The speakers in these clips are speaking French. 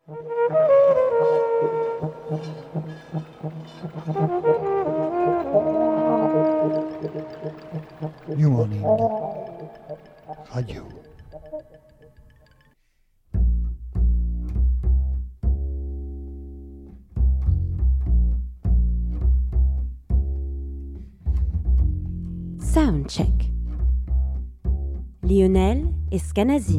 New Morning Radio. Soundcheck. Lionel Escanazi.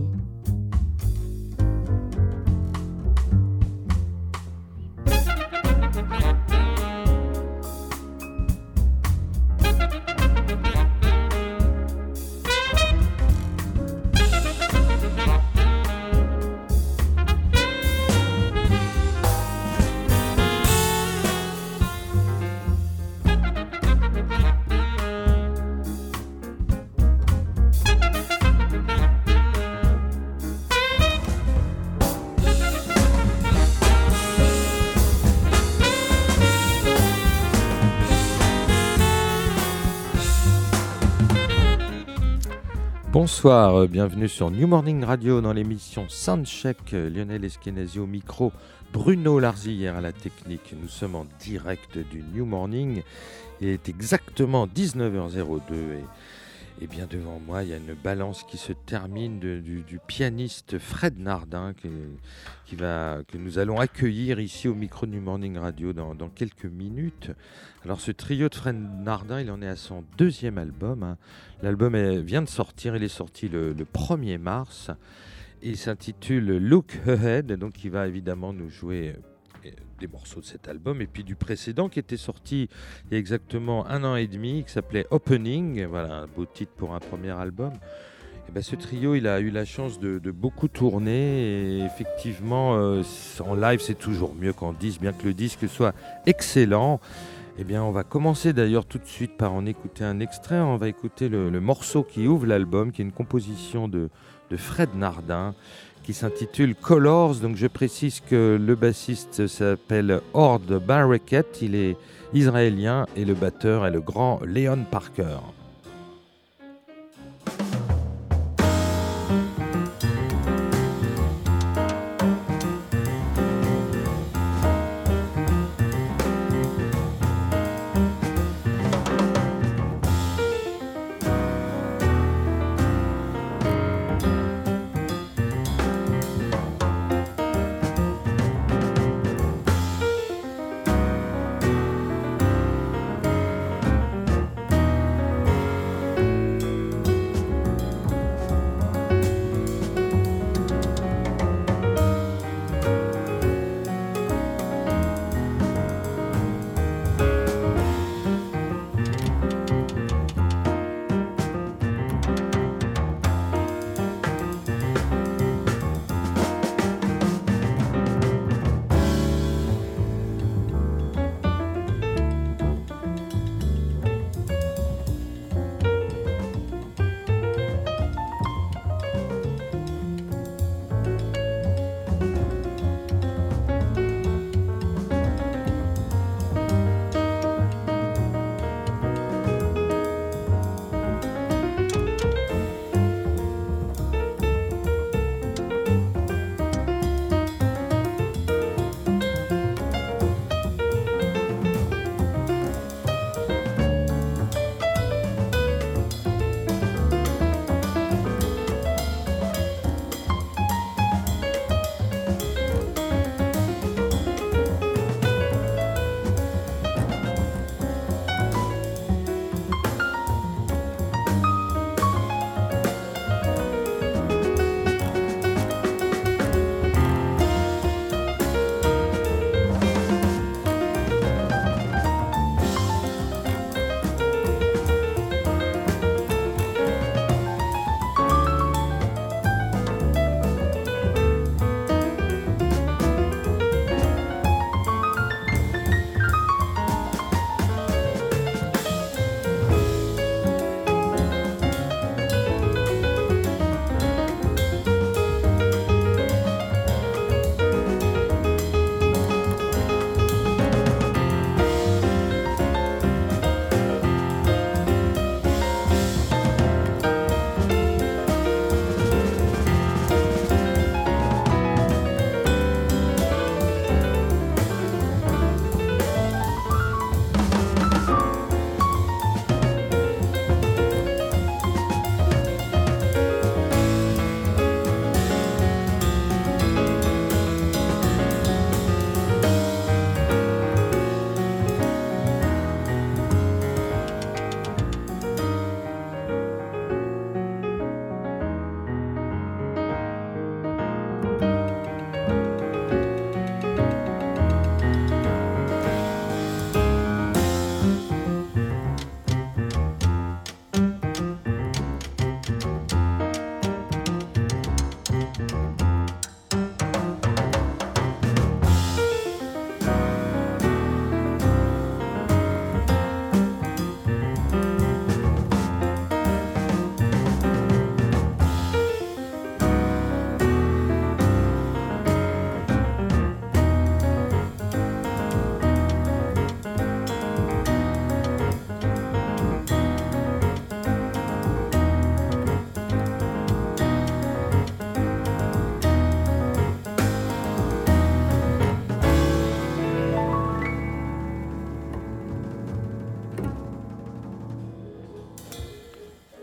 Bonsoir, bienvenue sur New Morning Radio dans l'émission Soundcheck. Lionel Eskenazi au micro, Bruno Larzillière à la technique. Nous sommes en direct du New Morning. Il est exactement 19h02 et bien devant moi il y a une balance qui se termine du pianiste Fred Nardin que nous allons accueillir ici au micro New Morning Radio dans quelques minutes. Alors ce trio de Fred Nardin, il en est à son deuxième album. L'album vient de sortir, il est sorti le 1er mars. Il s'intitule Look Ahead, donc il va évidemment nous jouer des morceaux de cet album et puis du précédent qui était sorti il y a exactement 1 an et demi, qui s'appelait Opening. Voilà, un beau titre pour un premier album. Et ben, ce trio, il a eu la chance de beaucoup tourner et effectivement, en live, c'est toujours mieux qu'en disque, bien que le disque soit excellent. Eh bien, on va commencer d'ailleurs tout de suite par en écouter un extrait. On va écouter le morceau qui ouvre l'album, qui est une composition de Fred Nardin, qui s'intitule Colors. Donc je précise que le bassiste s'appelle Ord Bareket, il est israélien, et le batteur est le grand Leon Parker.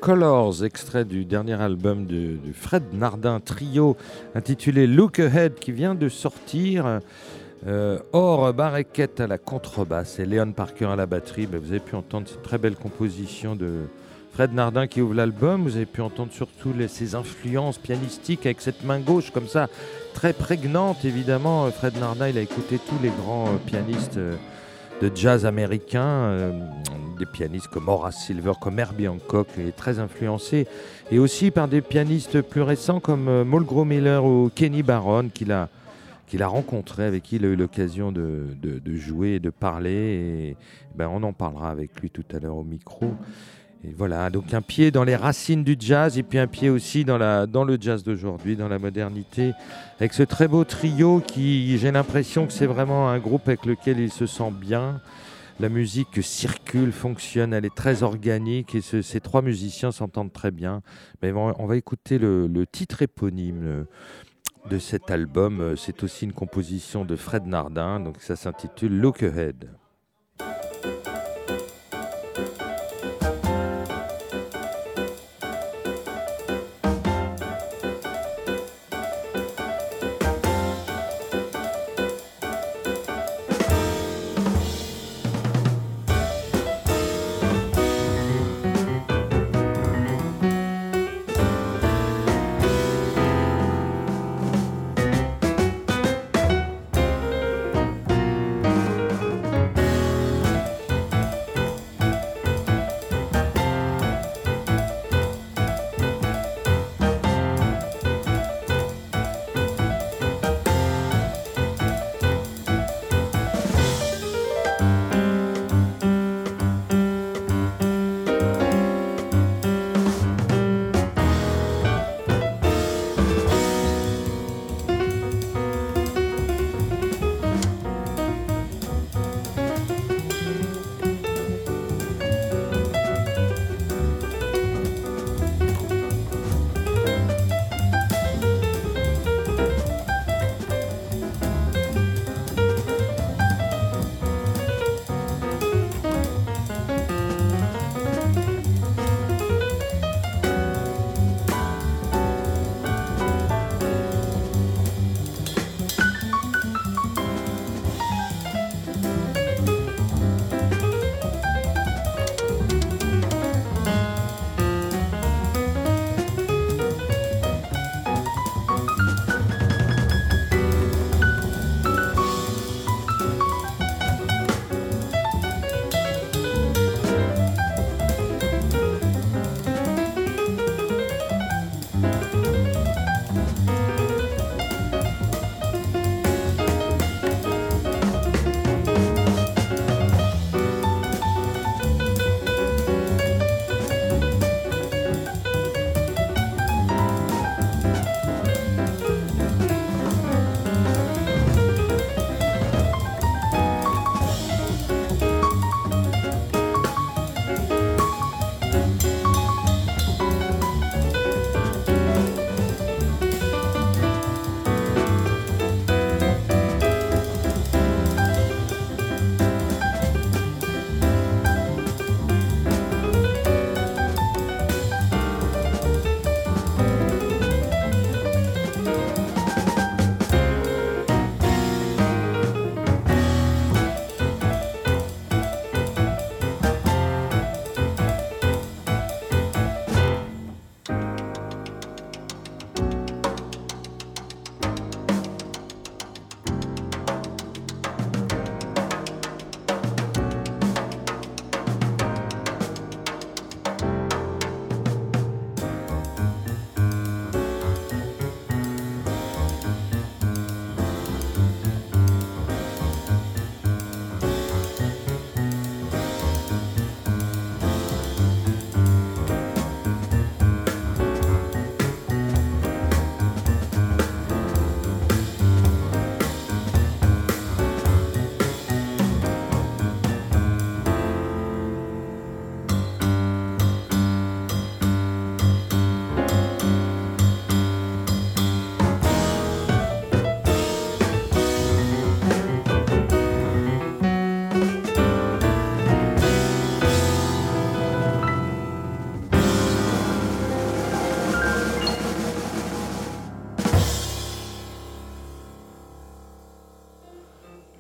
Colors, extrait du dernier album de Fred Nardin Trio, intitulé Look Ahead, qui vient de sortir. Or, Barreket à la contrebasse et Leon Parker à la batterie. Vous avez pu entendre cette très belle composition de Fred Nardin qui ouvre l'album. Vous avez pu entendre surtout ses influences pianistiques avec cette main gauche comme ça, très prégnante évidemment. Fred Nardin, il a écouté tous les grands pianistes de jazz américains, des pianistes comme Horace Silver, comme Herbie Hancock. Il est très influencé, et aussi par des pianistes plus récents comme Mulgrew Miller ou Kenny Barron qu'il a rencontré, avec qui il a eu l'occasion de jouer et de parler. Et on en parlera avec lui tout à l'heure au micro. Et voilà, donc un pied dans les racines du jazz et puis un pied aussi dans le jazz d'aujourd'hui, dans la modernité, avec ce très beau trio qui, j'ai l'impression que c'est vraiment un groupe avec lequel il se sent bien. La musique circule, fonctionne, elle est très organique et ces trois musiciens s'entendent très bien. Mais on va écouter le titre éponyme de cet album. C'est aussi une composition de Fred Nardin, donc ça s'intitule Look Ahead.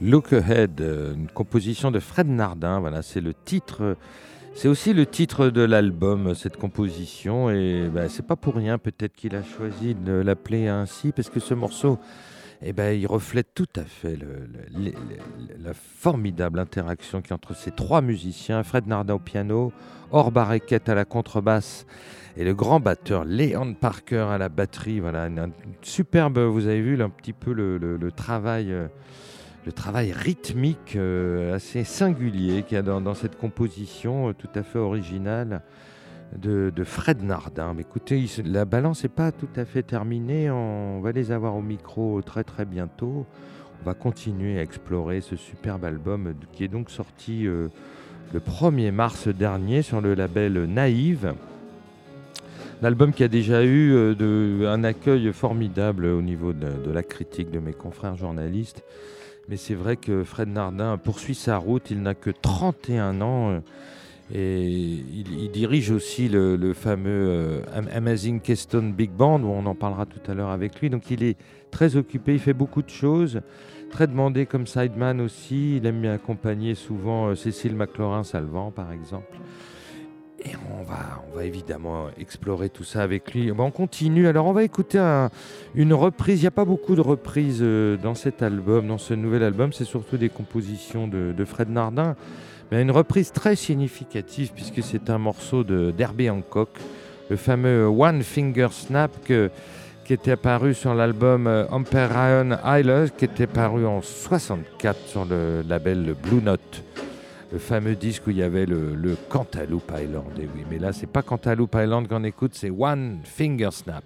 Look Ahead, une composition de Fred Nardin. Voilà, c'est le titre. C'est aussi le titre de l'album, cette composition, et c'est pas pour rien peut-être qu'il a choisi de l'appeler ainsi, parce que ce morceau, il reflète tout à fait la formidable interaction qu'il y a entre ces trois musiciens, Fred Nardin au piano, Or Barreket à la contrebasse et le grand batteur Leon Parker à la batterie. Voilà, un superbe, vous avez vu là, un petit peu le travail rythmique assez singulier qu'il y a dans cette composition tout à fait originale de Fred Nardin. Mais écoutez, la balance n'est pas tout à fait terminée. On va les avoir au micro très très bientôt. On va continuer à explorer ce superbe album qui est donc sorti le 1er mars dernier sur le label Naïve. L'album qui a déjà eu un accueil formidable au niveau de la critique de mes confrères journalistes. Mais c'est vrai que Fred Nardin poursuit sa route, il n'a que 31 ans et il dirige aussi le fameux Amazing Keystone Big Band, où on en parlera tout à l'heure avec lui. Donc il est très occupé, il fait beaucoup de choses, très demandé comme sideman aussi. Il aime bien accompagner souvent Cécile McLaurin-Salvant par exemple. Et on va évidemment explorer tout ça avec lui. On continue. Alors on va écouter une reprise. Il n'y a pas beaucoup de reprises dans cet album, dans ce nouvel album. C'est surtout des compositions de Fred Nardin. Mais une reprise très significative puisque c'est un morceau d'Herbie Hancock, le fameux One Finger Snap qui était apparu sur l'album Empyrean Island, qui était paru en 64 sur le label Blue Note. Le fameux disque où il y avait le Cantaloupe Island. Et oui, mais là, c'est pas Cantaloupe Island qu'on écoute, c'est One Finger Snap.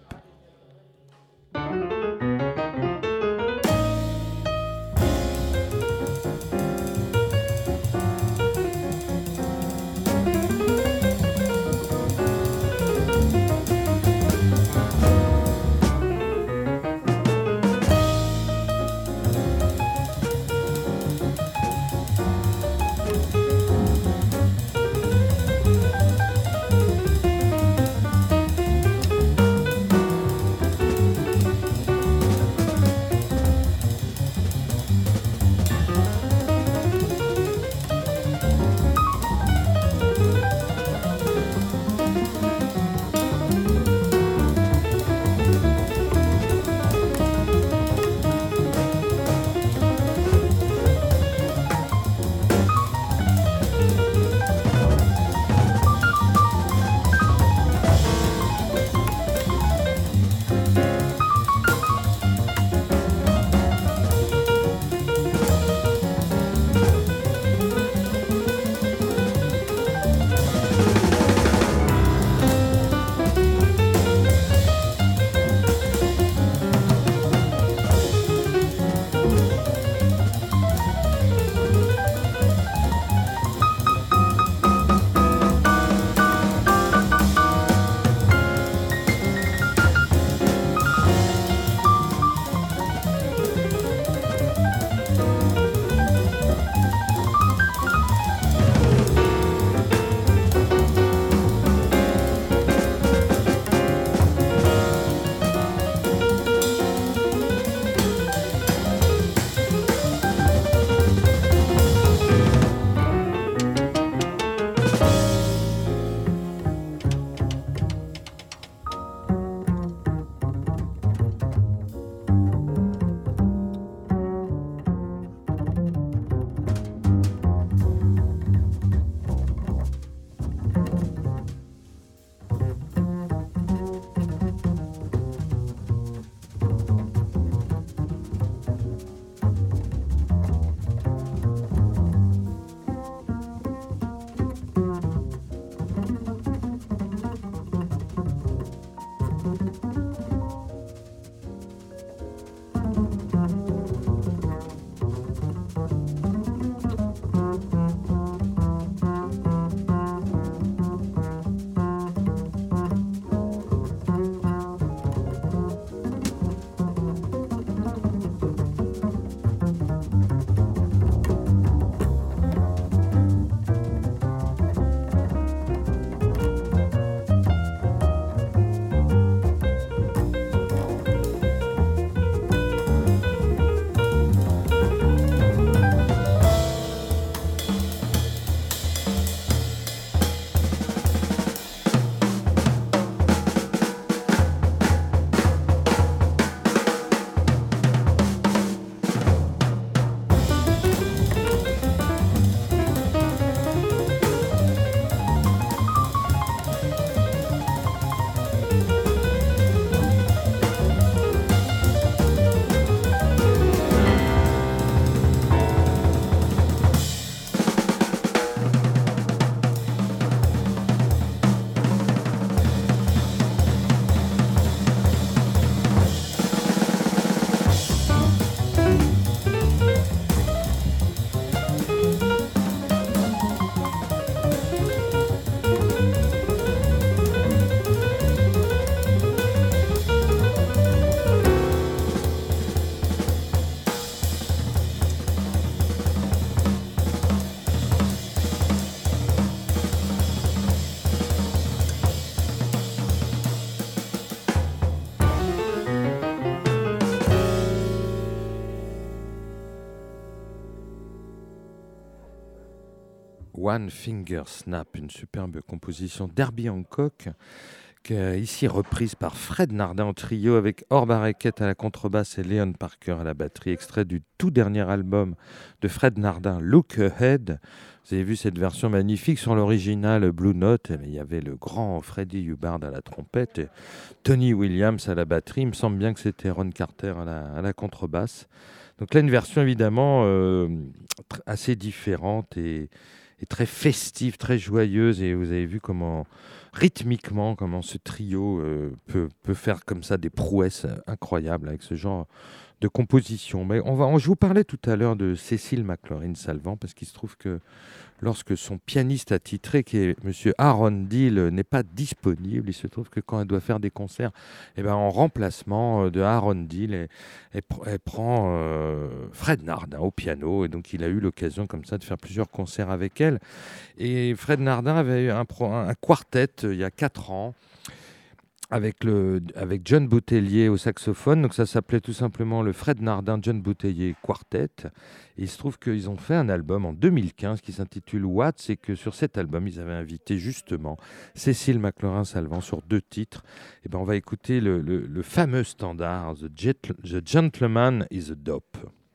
One Finger Snap, une superbe composition d'Herbie Hancock, ici reprise par Fred Nardin en trio avec Orb Harekhet à la contrebasse et Leon Parker à la batterie, extrait du tout dernier album de Fred Nardin, Look Ahead. Vous avez vu cette version magnifique sur l'original Blue Note, il y avait le grand Freddie Hubbard à la trompette, et Tony Williams à la batterie, il me semble bien que c'était Ron Carter à la contrebasse. Donc là, une version évidemment assez différente et très festive, très joyeuse, et vous avez vu comment rythmiquement, comment ce trio peut faire comme ça des prouesses incroyables avec ce genre de composition. Mais je vous parlais tout à l'heure de Cécile McLaurin-Salvant, parce qu'il se trouve que lorsque son pianiste attitré, qui est M. Aaron Deal, n'est pas disponible, il se trouve que quand elle doit faire des concerts, en remplacement de Aaron Deal, elle prend Fred Nardin au piano, et donc il a eu l'occasion comme ça de faire plusieurs concerts avec elle. Et Fred Nardin avait eu un quartet il y a 4 ans, avec John Boutellier au saxophone. Donc ça s'appelait tout simplement le Fred Nardin John Boutellier Quartet. Et il se trouve qu'ils ont fait un album en 2015 qui s'intitule Watts, et que sur cet album, ils avaient invité justement Cécile McLaurin-Salvant sur 2 titres. Et on va écouter le fameux standard, The Gentleman is a Dope.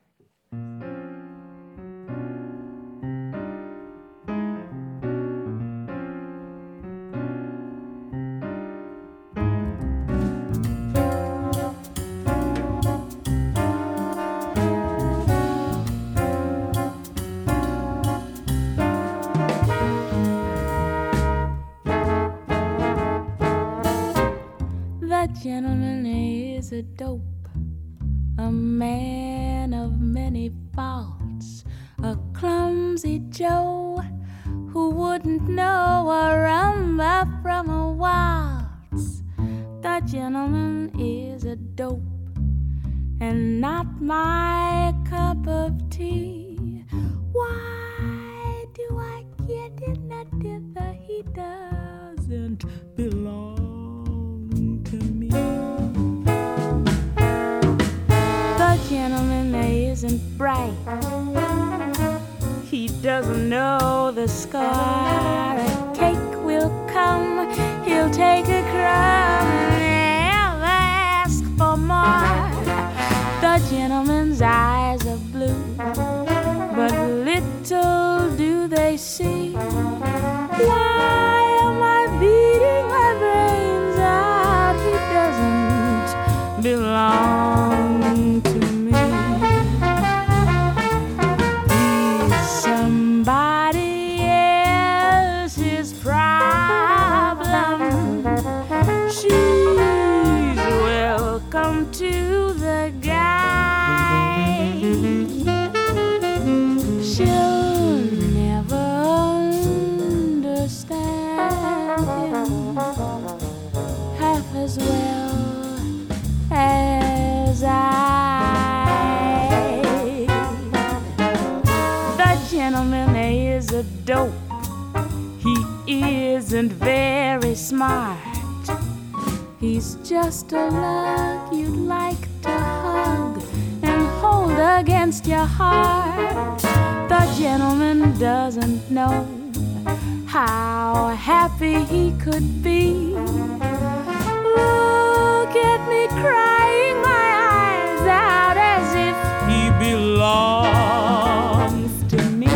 Gentleman is a dope, a man of many faults, a clumsy Joe who wouldn't know a rumba from a waltz. The gentleman is a dope and not my cup of tea. Why do I get in that dither? He doesn't belong to me. The gentleman isn't bright. He doesn't know the score. A cake will come, he'll take a crumb and never ask for more. The gentleman's eyes are blue, but little do they see. Why am I beating my brains out? He doesn't belong to me. He's somebody else's problem. She's welcome to the guy. She'll never understand him half as well as I. The gentleman is a dope. He isn't very smart. He's just a lug you'd like to hug and hold against your heart. The gentleman doesn't know how happy he could be. Look at me crying my eyes out as if he belongs to me.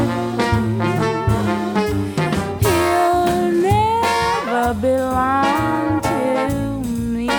He'll never belong to me.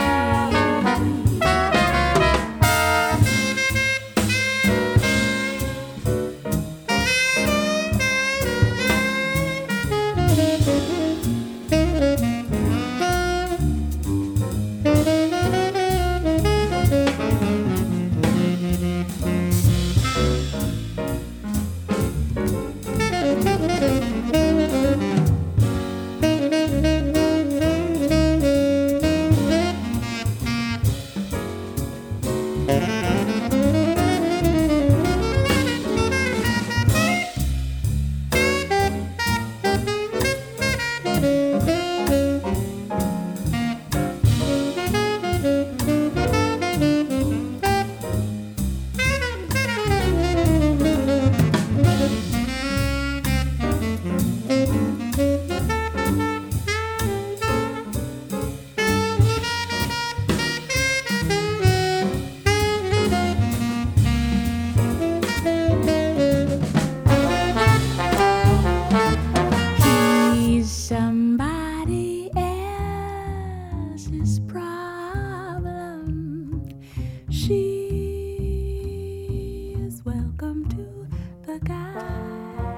welcome to the guy.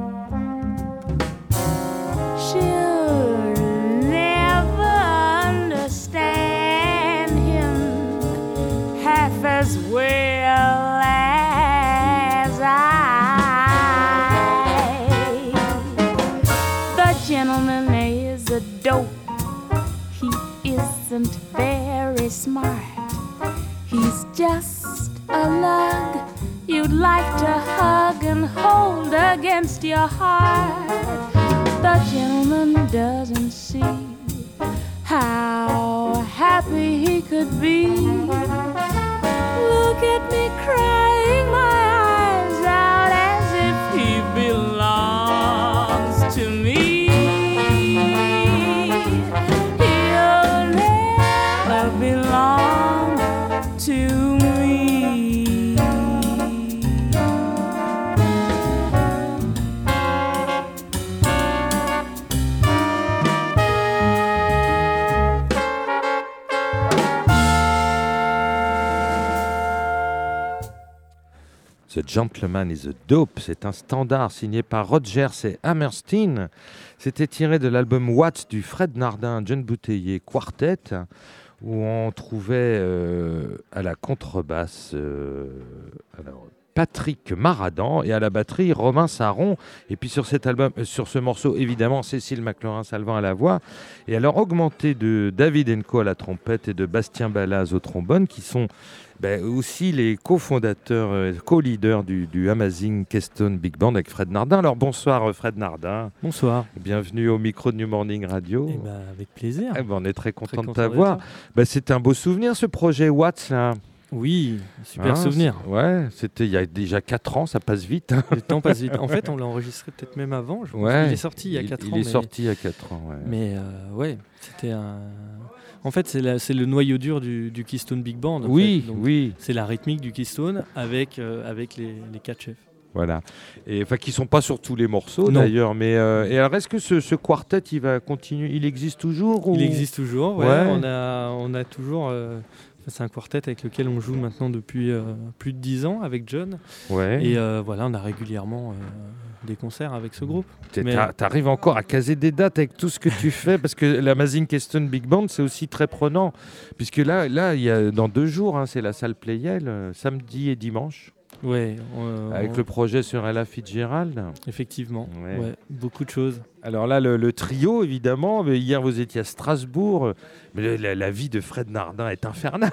She'll never understand him half as well as I. The gentleman is a dope. He isn't very smart. He's just a lug you'd like to hug and hold against your heart. The gentleman doesn't see how happy he could be. Look at me crying my eyes out as if he belongs to me. He'll never belong to me. The Gentleman is a Dope, c'est un standard signé par Rodgers et Hammerstein. C'était tiré de l'album What du Fred Nardin John Bouteiller Quartet, où on trouvait à la contrebasse Patrick Maradan et à la batterie Romain Saron. Et puis sur cet album, sur ce morceau, évidemment, Cécile McLaurin-Salvant à la voix. Et alors augmenté de David Enco à la trompette et de Bastien Balaz au trombone, qui sont aussi les cofondateurs, co-leaders du Amazing Keystone Big Band avec Fred Nardin. Alors bonsoir Fred Nardin. Bonsoir. Bienvenue au micro de New Morning Radio. Avec plaisir. On est très content de t'avoir. C'est un beau souvenir ce projet Watts là. Oui, super souvenir. Ouais, c'était il y a déjà 4 ans, ça passe vite. Le temps passe vite. En fait, on l'a enregistré peut-être même avant. Il est sorti il y a 4 ans. Il est sorti il y a 4 ans, ouais. Mais c'était un... En fait, c'est le noyau dur du Keystone Big Band. Oui, Donc, oui. C'est la rythmique du Keystone avec les 4 chefs. Voilà. Et qui sont pas sur tous les morceaux d'ailleurs. Mais et alors, est-ce que ce quartet, il va continuer? Il existe toujours ou... Il existe toujours. Ouais. On a toujours. C'est un quartet avec lequel on joue maintenant depuis plus de 10 ans avec John. Ouais. Et on a régulièrement des concerts avec ce groupe. T'arrives encore à caser des dates avec tout ce que tu fais, parce que l'Amazing Keystone Big Band, c'est aussi très prenant. Puisque là il y a dans 2 jours, c'est la salle Playel, samedi et dimanche. Ouais, avec le projet sur Ella Fitzgerald. Effectivement, beaucoup de choses. Alors là, le trio, évidemment. Mais hier, vous étiez à Strasbourg. Mais la vie de Fred Nardin est infernale.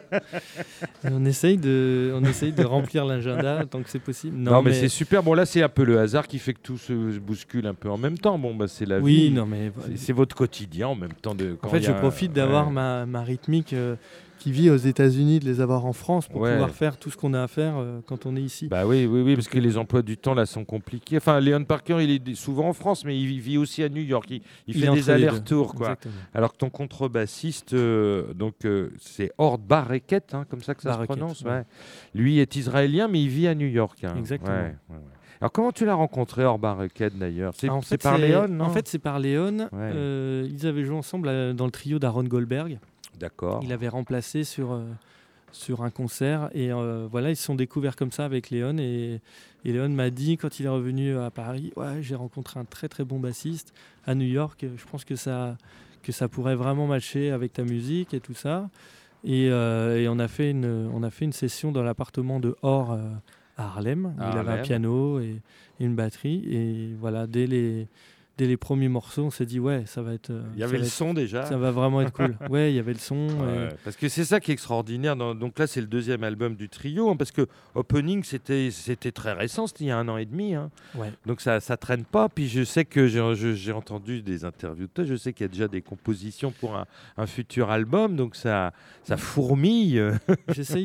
On essaye de remplir l'agenda tant que c'est possible. Non, mais c'est super. Bon, là, c'est un peu le hasard qui fait que tout se bouscule un peu en même temps. Bon, c'est la vie. Oui, non, mais... C'est votre quotidien en même temps. En fait, je profite d'avoir ma rythmique... qui vit aux États-Unis, de les avoir en France pour pouvoir faire tout ce qu'on a à faire quand on est ici. Bah oui, parce que les emplois du temps là sont compliqués. Enfin, Leon Parker, il est souvent en France, mais il vit aussi à New York. Il fait des allers-retours, quoi. Exactement. Alors que ton contrebassiste, c'est Ord Bareket, comme ça que ça se prononce. Ouais. Lui est israélien, mais il vit à New York. Exactement. Ouais. Alors comment tu l'as rencontré, Ord Bareket d'ailleurs? C'est par Léon, non? En fait, c'est par Léon. Ils avaient joué ensemble dans le trio d'Aaron Goldberg. D'accord. Il avait remplacé sur un concert et ils se sont découverts comme ça avec Léon et Léon m'a dit quand il est revenu à Paris, j'ai rencontré un très très bon bassiste à New York, je pense que ça pourrait vraiment matcher avec ta musique et tout ça et on a fait une session dans l'appartement de Or à Harlem où il avait un piano et une batterie et voilà, dès les premiers morceaux, on s'est dit ça va être... Il y avait le son déjà. Ça va vraiment être cool. Ouais, il y avait le son. Parce que c'est ça qui est extraordinaire. Donc là, c'est le 2e album du trio, parce que Opening, c'était très récent, c'était il y a 1 an et demi. Ouais. Donc ça traîne pas. Puis je sais que j'ai entendu des interviews de toi, je sais qu'il y a déjà des compositions pour un futur album, donc ça fourmille. J'essaye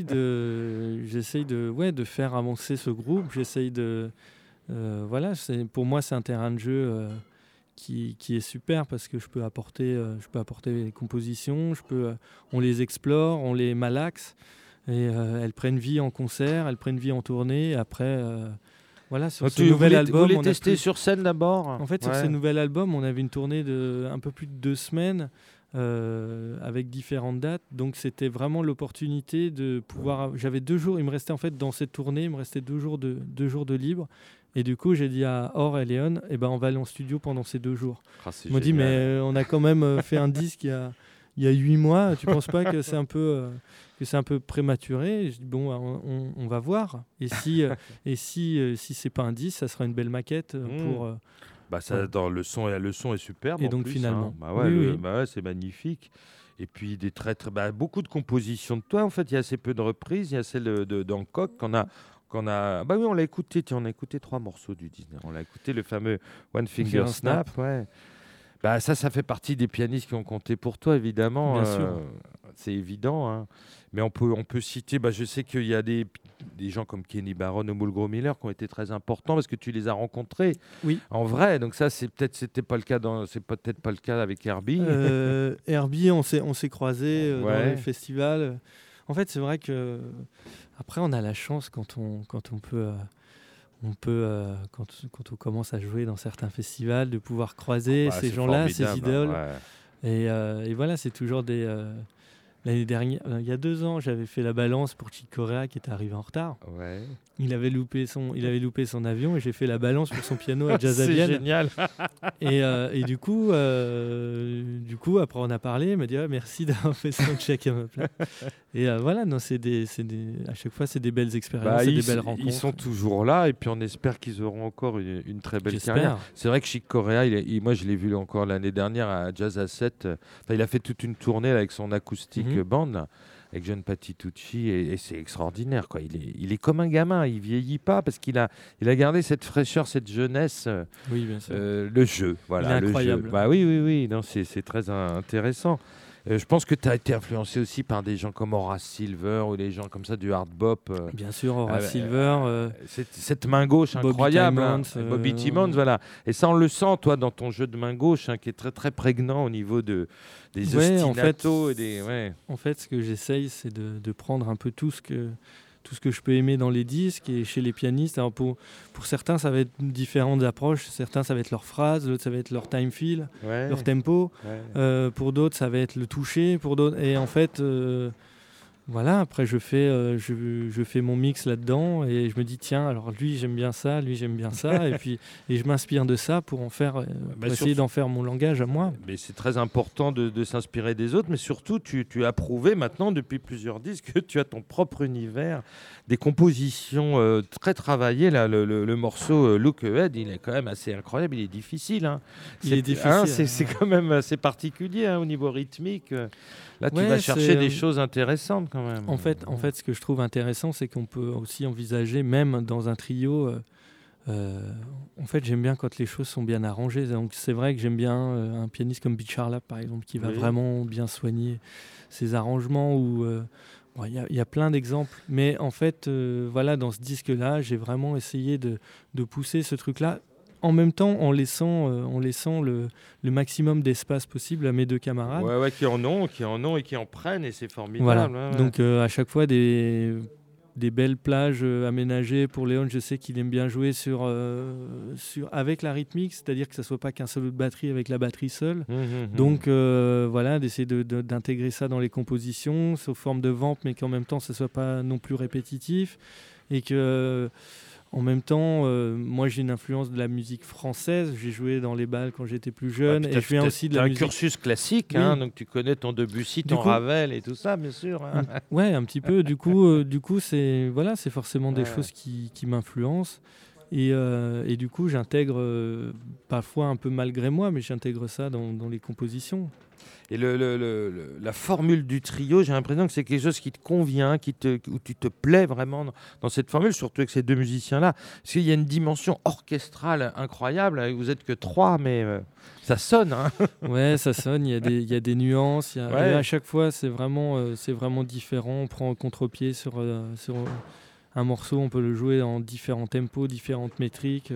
de faire avancer ce groupe. J'essaye de... pour moi, c'est un terrain de jeu... qui est super parce que je peux apporter les compositions, on les explore, on les malaxe et elles prennent vie en concert, elles prennent vie en tournée. Et après, sur ce nouvel album, vous les testez sur scène d'abord. En fait, sur ce nouvel album, on avait une tournée de un peu plus de 2 semaines avec différentes dates. Donc c'était vraiment l'opportunité de pouvoir... J'avais 2 jours, il me restait en fait dans cette tournée, il me restait 2 jours de libre. Et du coup, j'ai dit à Or et Léon, on va aller en studio pendant ces 2 jours. Ils m'ont dit, mais on a quand même fait un disque il y a 8 mois, tu ne penses pas que c'est un peu prématuré? Je dis, bon, on va voir. Et si c'est pas un disque, ça sera une belle maquette pour... dans le son est superbe. Et en donc plus, finalement, c'est magnifique. Et puis beaucoup de compositions de toi. En fait, il y a assez peu de reprises. Il y a celle d'Hancock on l'a écouté. On a écouté 3 morceaux du Disney. On l'a écouté, le fameux One Finger Snap. Ouais. Ça fait partie des pianistes qui ont compté pour toi, évidemment. Bien sûr. C'est évident, hein. Mais on peut citer, je sais qu'il y a des gens comme Kenny Barron ou Mulgrew Miller qui ont été très importants parce que tu les as rencontrés en vrai. Donc ça, c'est peut-être pas le cas avec Herbie. Herbie, on s'est croisés dans les festivals. En fait, c'est vrai que après, on a la chance quand on commence à jouer dans certains festivals de pouvoir croiser ces gens-là, ces idoles. Ouais. Et voilà, c'est toujours des... L'année dernière, il y a 2 ans, j'avais fait la balance pour Chick Corea qui était arrivé en retard. Ouais. Il avait loupé son avion et j'ai fait la balance pour son piano à Jazz à Vienne. C'est génial. Et du coup, après on a parlé, il m'a dit merci d'avoir fait son check à ma place. Et voilà, non, à chaque fois c'est des belles expériences, des belles rencontres. Ils sont toujours là et puis on espère qu'ils auront encore une très belle carrière. C'est vrai que Chick Corea, moi je l'ai vu encore l'année dernière à Jazz à 7. Il a fait toute une tournée là, avec son acoustique band là, avec John Patitucci et c'est extraordinaire quoi. Il est comme un gamin, il vieillit pas parce qu'il a gardé cette fraîcheur, cette jeunesse. Oui, bien sûr. Le jeu, voilà. Il est incroyable. Oui. Non, c'est très intéressant. Je pense que tu as été influencé aussi par des gens comme Horace Silver ou des gens comme ça du hard bop. Bien sûr, Horace Silver. Cette main gauche incroyable. Bobby Timmons, voilà. Et ça, on le sent, toi, dans ton jeu de main gauche, qui est très, très prégnant au niveau des ostinatos. En fait, ce que j'essaye, c'est de prendre un peu tout ce que je peux aimer dans les disques et chez les pianistes. Alors pour certains, ça va être différentes approches. Certains, ça va être leur phrase, d'autres, ça va être leur time feel, leur tempo. Ouais. Pour d'autres, ça va être le toucher. Pour d'autres, et en fait, voilà. Après, je fais mon mix là-dedans et je me dis tiens, alors lui j'aime bien ça, lui j'aime bien ça, et je m'inspire de ça pour essayer d'en faire mon langage à moi. Mais c'est très important de s'inspirer des autres, mais surtout tu as prouvé maintenant depuis plusieurs disques que tu as ton propre univers, des compositions très travaillées. Là, le morceau Look Ahead, il est quand même assez incroyable, il est difficile. Hein. Il est difficile. C'est quand même assez particulier au niveau rythmique. Là, tu vas chercher des choses intéressantes quand même. En fait, ce que je trouve intéressant, c'est qu'on peut aussi envisager, même dans un trio, en fait, j'aime bien quand les choses sont bien arrangées. Donc, c'est vrai que j'aime bien un pianiste comme Beach Harlap, par exemple, qui va vraiment bien soigner ses arrangements. Il y a plein d'exemples. Mais en fait, voilà, dans ce disque-là, j'ai vraiment essayé de pousser ce truc-là. En même temps, en laissant le maximum d'espace possible à mes 2 camarades. Qui en ont et qui en prennent, et c'est formidable. Voilà. Donc à chaque fois des belles plages aménagées pour Léon. Je sais qu'il aime bien jouer avec la rythmique, c'est-à-dire que ça soit pas qu'un solo de batterie avec la batterie seule. Donc voilà, d'essayer d'intégrer ça dans les compositions sous forme de vamp, mais qu'en même temps ça soit pas non plus répétitif et que en même temps, moi j'ai une influence de la musique française. J'ai joué dans les bals quand j'étais plus jeune, et je viens aussi de la musique. Un cursus classique, donc tu connais ton Debussy, ton Ravel et tout ça, bien sûr. Ouais, un petit peu. Du coup, c'est forcément des choses qui m'influencent. Et du coup, j'intègre parfois un peu malgré moi, mais j'intègre ça dans les compositions. Et la formule du trio, j'ai l'impression que c'est quelque chose qui te convient, où tu te plais vraiment dans cette formule, surtout avec ces 2 musiciens-là. Parce qu'il y a une dimension orchestrale incroyable. Vous n'êtes que 3, mais ça sonne. Hein. Ouais, ça sonne. Il y a des nuances. Et à chaque fois, c'est vraiment différent. On prend un contre-pied sur un morceau. On peut le jouer en différents tempos, différentes métriques.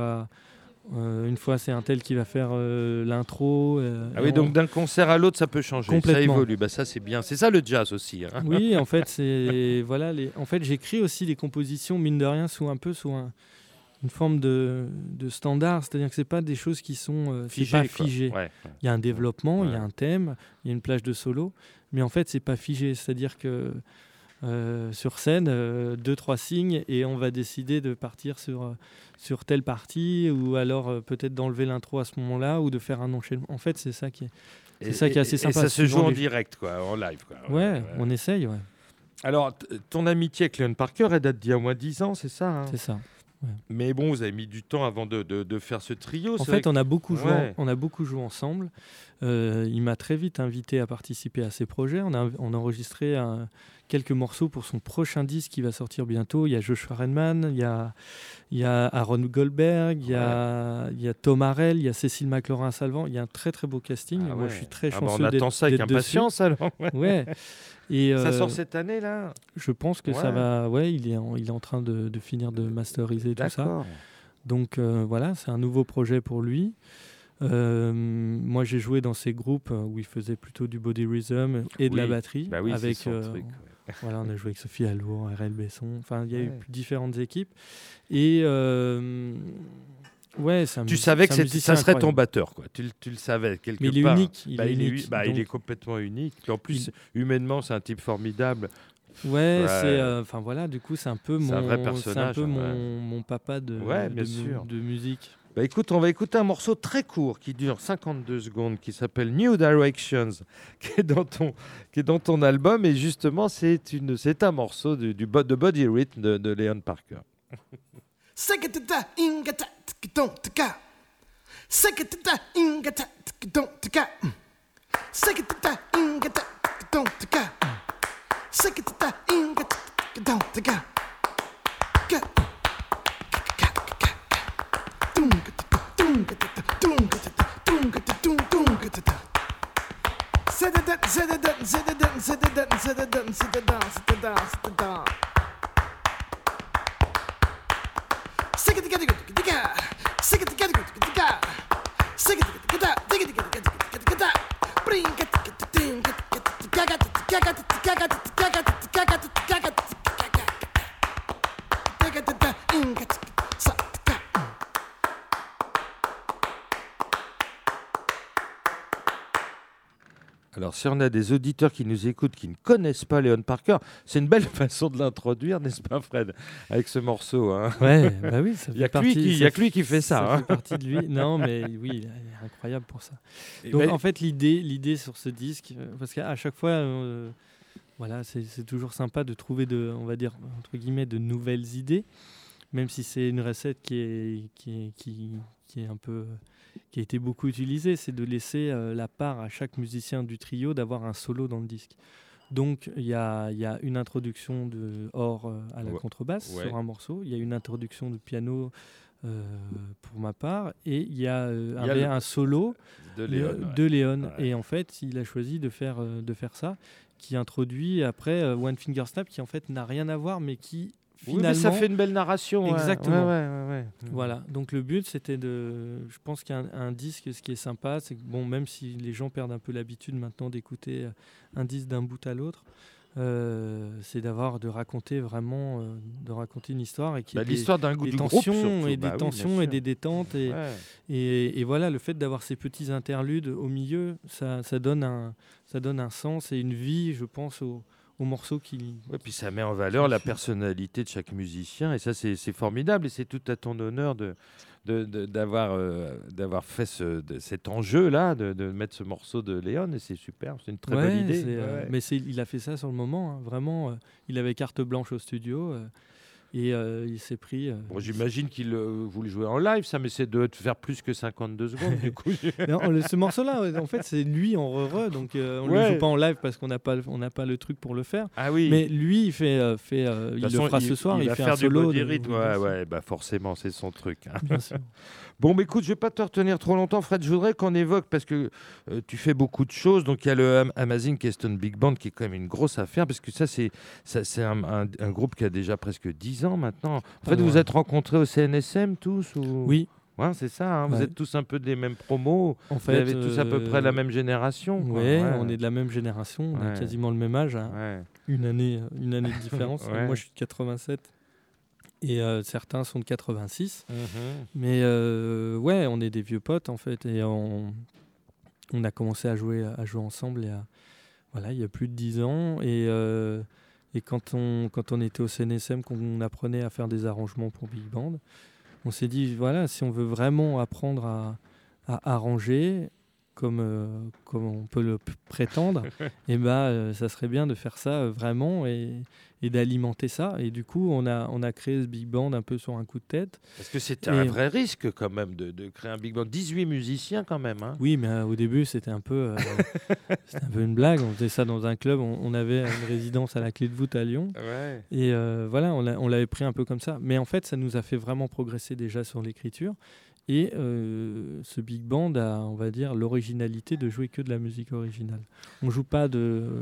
Une fois, c'est un tel qui va faire l'intro. Donc d'un concert à l'autre, ça peut changer. Ça évolue. Ça, c'est bien. C'est ça le jazz aussi. Hein. Oui, en fait, en fait, j'écris aussi des compositions, mine de rien, sous une forme de standard, c'est-à-dire que c'est pas des choses qui sont figées. Ouais. Il y a un développement, il y a Ouais. un thème, il y a une plage de solo, mais en fait c'est pas figé, c'est-à-dire que sur scène, 2-3 signes et on va décider de partir sur telle partie ou alors peut-être d'enlever l'intro à ce moment-là ou de faire un enchaînement. En fait, c'est ça qui est assez sympa. Et ça se joue suivant en les- direct, quoi, en live. Quoi. Ouais, on essaye, ouais, Alors, ton amitié avec Leon Parker, elle date d'il y a au moins 10 ans, c'est ça, hein? c'est ça. Mais bon, vous avez mis du temps avant de faire ce trio. En c'est fait, vrai on a beaucoup joué, Ouais. on a beaucoup joué ensemble. Il m'a très vite invité à participer à ses projets. On a enregistré quelques morceaux pour son prochain disque qui va sortir bientôt. Il y a Joshua Redman, il y a Aaron Goldberg, il y a Tom Harrell, il y a Cécile McLaurin-Salvant. Il y a un très très beau casting. Ah Moi, ouais. je suis très Ah bah, chanceux on attend ça avec d'être dessus. impatience, alors. Ouais. Et Ça sort cette année, là? je pense que ça Ouais. va. Ouais, il est en train de finir de masteriser tout ça. D'accord. Donc voilà, c'est un nouveau projet pour lui. Moi, j'ai joué dans ces groupes où il faisait plutôt du body rhythm et de la Oui. batterie. Bah oui, avec, c'est son truc. Ouais. voilà, on a joué avec Sophie Allour, RL Besson. Enfin, il y a eu Ouais. différentes équipes. Et ouais, Tu savais que c'est un musicien ça serait ton incroyable. batteur, quoi. Tu le savais quelque Mais il est part. unique. Il est unique. il est Donc, complètement unique. Puis en plus, humainement, c'est un type formidable. ouais, Ouais. c'est. Enfin voilà, du coup, c'est un peu C'est un vrai c'est un personnage, peu hein, mon papa Ouais, bien de sûr. de musique. Bah écoute, on va écouter un morceau très court qui dure 52 secondes, qui s'appelle New Directions, qui est dans ton album. Et justement, c'est un morceau de Body Rhythm de Leon Parker. Sekatata ingata tkitontka. Sekatata ingata tkitontka. Sekatata ingata tkitontka. Sekatata ingata tkitontka. Alors, si on a des auditeurs qui nous écoutent, qui ne connaissent pas Leon Parker, c'est une belle façon de l'introduire, n'est-ce pas, Fred, avec ce morceau, hein? Ouais, bah oui, ça Il y a fait que lui partie- qui- il y a que lui qui fait ça, hein. fait partie de lui. Non, mais oui, il est incroyable pour ça. Et Donc ben, en fait, l'idée sur ce disque, parce qu'à chaque fois, voilà, c'est toujours sympa de trouver on va dire entre guillemets, de nouvelles idées, même si c'est une recette qui est un peu, qui a été beaucoup utilisée, c'est de laisser la part à chaque musicien du trio d'avoir un solo dans le disque. Donc il y a une introduction de Or à la Ouais. contrebasse Ouais. sur un morceau, il y a une introduction de piano pour ma part, et il y a, un solo de Léon, ouais. de Léon. Ouais. Et en fait, il a choisi de faire ça, qui introduit après One Finger Snap, qui en fait n'a rien à voir, mais qui Oui, finalement... mais ça fait une belle narration. ouais. Exactement. Ouais. Voilà, donc le but c'était je pense qu'un disque, ce qui est sympa, c'est que bon, même si les gens perdent un peu l'habitude maintenant d'écouter un disque d'un bout à l'autre, c'est de raconter vraiment, de raconter une histoire et qui Bah, l'histoire d'un goût des du groupe, tensions surtout. et Bah des oui, tensions bien et sûr. des détentes Ouais. et voilà, le fait d'avoir ces petits interludes au milieu, ça donne un sens et une vie, je pense, au morceau qui... Ouais, puis ça met en valeur la personnalité de chaque musicien, et ça c'est formidable, et c'est tout à ton honneur d'avoir fait cet enjeu-là, de mettre ce morceau de Léon, et c'est super, c'est une très bonne idée. Ouais. Mais il a fait ça sur le moment, hein, vraiment. Il avait carte blanche au studio et il s'est pris... Bon, j'imagine qu'il voulait jouer en live, ça, mais c'est de faire plus que 52 secondes, du coup. Non, ce morceau-là, en fait, c'est lui en re-re, donc on ne Ouais. le joue pas en live parce qu'on n'a pas le truc pour le faire. Ah oui. Mais lui, il il De le toute façon, fera ce soir, il va fait faire un solo. du body de- rhythm, ouais, bah forcément, c'est son truc. hein. Bien sûr. Bon, mais écoute, je vais pas te retenir trop longtemps, Fred. Je voudrais qu'on évoque, parce que tu fais beaucoup de choses. Donc, il y a le Amazing Keystone Big Band, qui est quand même une grosse affaire, parce que ça, c'est un groupe qui a déjà presque 10 ans maintenant. En fait, vous vous êtes rencontrés au CNSM tous ou... Oui, Ouais, c'est ça, hein, vous Ouais. êtes tous un peu des mêmes promos. en Vous fait. avez tous à peu près la même génération. quoi. Ouais, on est de la même génération, on a Ouais. quasiment le même âge, hein. Ouais. Une année de différence. Ouais. Moi, je suis de 87. Et certains sont de 86. Mhm. Mais ouais, on est des vieux potes en fait. Et on a commencé à jouer ensemble il y a plus de 10 ans. Et quand on était au CNSM, qu'on apprenait à faire des arrangements pour Big Band, on s'est dit, voilà, si on veut vraiment apprendre à arranger, comme on peut le prétendre, et ça serait bien de faire ça vraiment et d'alimenter ça. Et du coup, on a créé ce Big Band un peu sur un coup de tête. Parce que c'était un vrai risque quand même de créer un Big Band. 18 musiciens quand même. Hein. Oui, mais au début, c'était un peu une blague. On faisait ça dans un club. On avait une résidence à la Clé de voûte à Lyon. Ouais. Et voilà, on l'avait pris un peu comme ça. Mais en fait, ça nous a fait vraiment progresser déjà sur l'écriture. Et ce Big Band a, on va dire, l'originalité de jouer que de la musique originale. On joue pas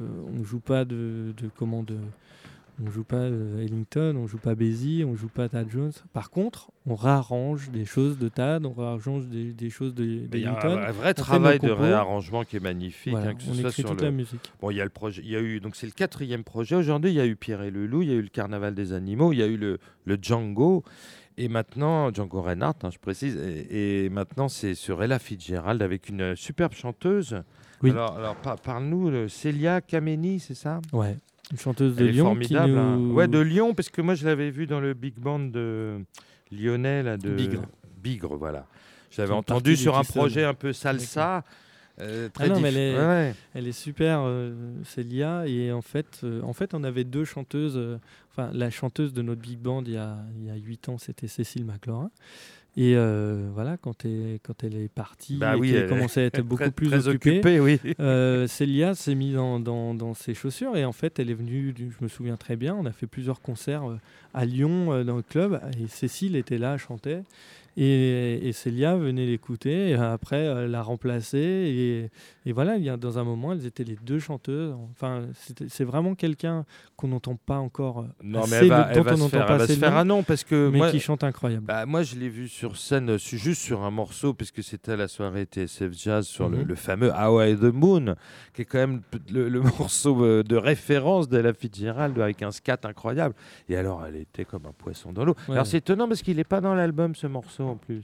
on joue pas Ellington, on joue pas Basie, on joue pas Tad Jones. Par contre, on réarrange des choses de Tad, on réarrange des choses d'Ellington. Il y a un vrai travail de réarrangement qui est magnifique. Voilà, que ce on soit écrit sur toute la musique. Bon, il y a le projet. Il y a eu donc c'est le 4e projet aujourd'hui. Il y a eu Pierre et le Loup, il y a eu le Carnaval des animaux, il y a eu le Django. Et maintenant, Django Reinhardt, je précise, et maintenant c'est sur Ella Fitzgerald avec une superbe chanteuse. Oui. Alors parle-nous, Célia Kameni, c'est ça ? Ouais, une chanteuse de Elle est Lyon. formidable. Ouais, de Lyon, parce que moi je l'avais vue dans le Big Band de lyonnais, là, de Bigre, voilà. Je l'avais entendu sur un projet un peu salsa. Très mais elle est super, Célia. Et en fait, on avait 2 chanteuses. La chanteuse de notre Big Band il y a 8 ans, c'était Cécile McLaurin. Et voilà, quand elle est partie, elle commençait à être beaucoup plus occupée. Oui. Célia s'est mise dans ses chaussures et en fait, elle est venue, je me souviens très bien, on a fait plusieurs concerts à Lyon dans le club et Cécile était là, chantait. Et Célia venait l'écouter, et après la remplacer. Et voilà, dans un moment, elles étaient les 2 chanteuses. Enfin, c'est vraiment quelqu'un qu'on n'entend pas encore assez, elle va se faire un nom, parce que mais qui chante incroyable. Moi, je l'ai vue sur scène, juste sur un morceau, parce que c'était à la soirée TSF Jazz, sur le fameux How I the Moon, qui est quand même le morceau de référence d'Ella Fitzgerald, avec un scat incroyable. Et alors, elle était comme un poisson dans l'eau. Ouais. Alors, c'est étonnant, parce qu'il n'est pas dans l'album, ce morceau, en plus.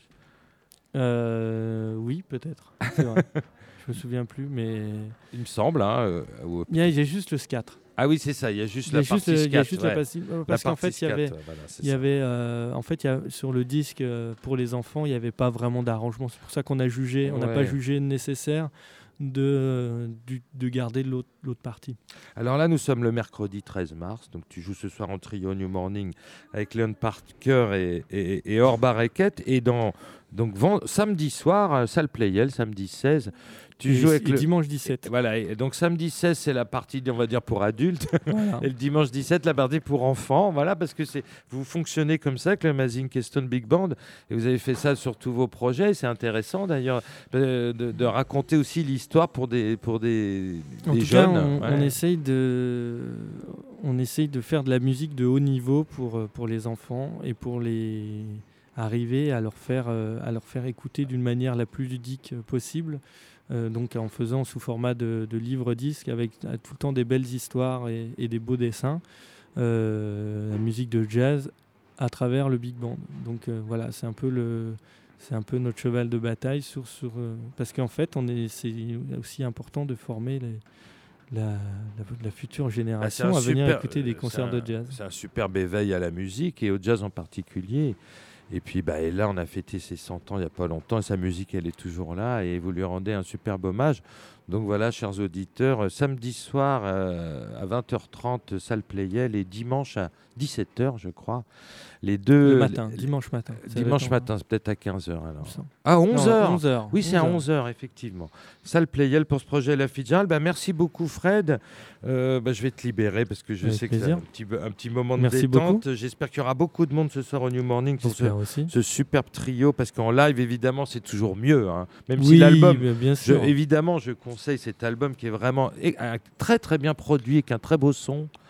Oui, peut-être. C'est vrai. Je me souviens plus, mais il me semble. Il y a juste le scat. Ah oui, c'est ça. Il y a juste la partie scat. Parce qu'en fait, il y avait sur le disque pour les enfants, il n'y avait pas vraiment d'arrangement. C'est pour ça qu'on a jugé. On n'a pas jugé nécessaire de garder l'autre partie. Alors là, nous sommes le mercredi 13 mars, donc tu joues ce soir en trio New Morning avec Leon Parker et Orba Requette, et samedi soir, salle Playel, samedi 16, tu joues avec le dimanche 17. Voilà, et donc samedi 16, c'est la partie, on va dire, pour adultes, voilà. Et le dimanche 17, la partie pour enfants, voilà, parce que vous fonctionnez comme ça avec le Amazing Keystone Big Band, et vous avez fait ça sur tous vos projets, et c'est intéressant d'ailleurs de raconter aussi l'histoire pour des jeunes. On essaye de faire de la musique de haut niveau pour les enfants et pour arriver à leur faire écouter d'une manière la plus ludique possible. Donc en faisant sous format de livre-disque avec tout le temps des belles histoires et des beaux dessins, la musique de jazz à travers le Big Band. Donc voilà, c'est un peu notre cheval de bataille parce qu'en fait c'est aussi important de former la future génération à venir écouter des concerts de jazz. C'est un superbe éveil à la musique et au jazz en particulier. Et puis et là, on a fêté ses 100 ans il n'y a pas longtemps, et sa musique, elle est toujours là, et vous lui rendez un superbe hommage. Donc voilà, chers auditeurs, samedi soir à 20h30, salle Playel, et dimanche à 17h, je crois. Dimanche matin. Dimanche matin, c'est peut-être à 15h alors. Ah, 11h. 11h. Oui, c'est à 11h, effectivement. Salle Playel pour ce projet Ella Fitzgerald. Merci beaucoup, Fred. Je vais te libérer parce que je sais que c'est un petit moment de détente. J'espère qu'il y aura beaucoup de monde ce soir au New Morning pour ce superbe trio, parce qu'en live, évidemment, c'est toujours mieux. Hein. Même si l'album, bien sûr. évidemment, je conseille cet album qui est vraiment très très bien produit, avec un très beau son.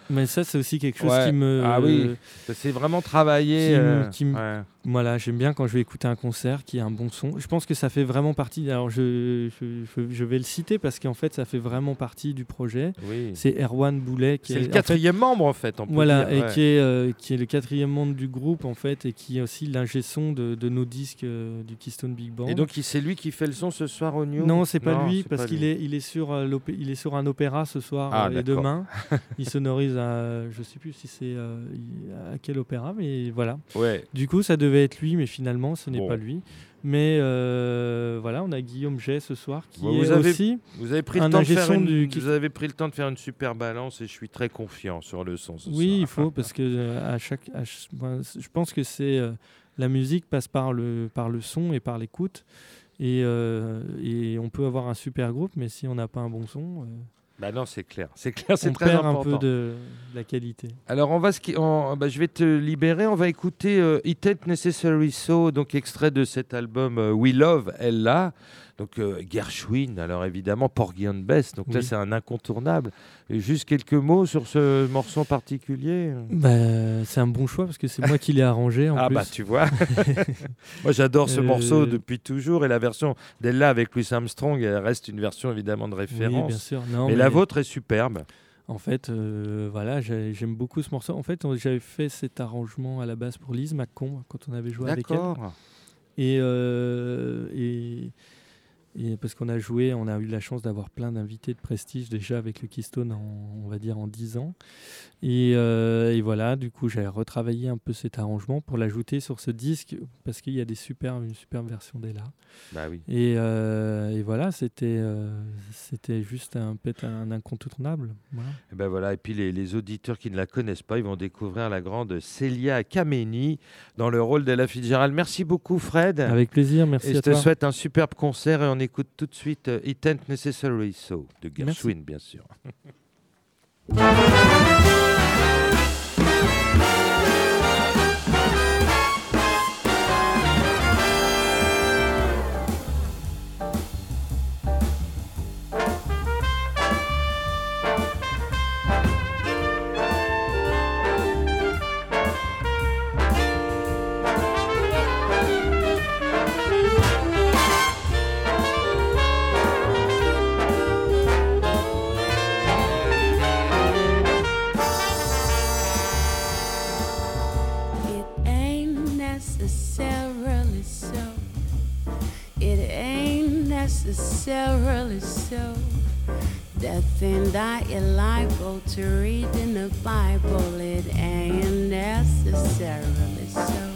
Mais ça, c'est aussi quelque chose Ouais. qui me... Ah oui, c'est vraiment travaillé. Ouais. Voilà, j'aime bien quand je vais écouter un concert qui a un bon son. Je pense que ça fait vraiment partie... Alors, je vais le citer parce qu'en fait, ça fait vraiment partie du projet. Oui. C'est Erwan Boulet. C'est le 4e membre, en fait. On peut Voilà, dire, et qui est le 4e membre du groupe, en fait, et qui est aussi l'ingé son de nos disques du Keystone Big Band. Et donc, c'est lui qui fait le son ce soir au New? Non, c'est pas lui, c'est parce pas qu'il lui. est sur un opéra ce soir et d'accord. demain. Il sonorise à... Je sais plus si c'est à quel opéra, mais voilà. Ouais. Du coup, ça devait être lui, mais finalement, ce n'est Bon. pas lui. Mais voilà, on a Guillaume Jay ce soir qui Bon, est aussi Vous avez pris un le temps de ingé faire son vous avez pris le temps de faire une super balance et je suis très confiant sur le son ce Oui, soir. il faut, parce que je pense que c'est la musique passe par le son et par l'écoute. Et on peut avoir un super groupe, mais si on n'a pas un bon son, Bah non, c'est clair, c'est on très perd important. un peu de la qualité. Alors je vais te libérer, on va écouter It Ain't Necessary So, donc extrait de cet album We Love Ella. Donc Gershwin, alors évidemment Porgy and Bess, donc là Oui. c'est un incontournable. Et juste quelques mots sur ce morceau en particulier. C'est un bon choix parce que c'est moi qui l'ai arrangé en plus. Bah tu vois, moi j'adore ce morceau depuis toujours et la version d'Ella avec Louis Armstrong, elle reste une version évidemment de référence. Oui, bien sûr. Non, mais la vôtre est superbe. En fait, voilà, j'aime beaucoup ce morceau. En fait, j'avais fait cet arrangement à la base pour Lise McComb quand on avait joué avec elle. D'accord. Et parce qu'on a joué, on a eu la chance d'avoir plein d'invités de prestige déjà avec le Keystone on va dire en 10 ans. Et voilà, du coup, j'ai retravaillé un peu cet arrangement pour l'ajouter sur ce disque parce qu'il y a une superbe version d'Ella. Bah oui. Et voilà, c'était juste un incontournable. Voilà. Et ben voilà, et puis les auditeurs qui ne la connaissent pas, ils vont découvrir la grande Celia Kameni dans le rôle d'Ella Fitzgerald. Merci beaucoup Fred. Avec plaisir, merci et à toi. je te souhaite un superbe concert et on écoute tout de suite It Ain't Necessary So de Gershwin, bien sûr. Necessarily so. That thing that you're liable to read in the Bible, it ain't necessarily so.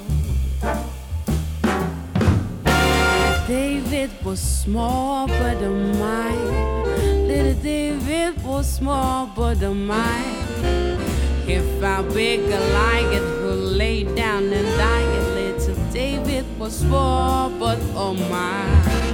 David was small but a mind. Little David was small but a mind. He found big Goliath who laid down and died. Little David was small but a mind.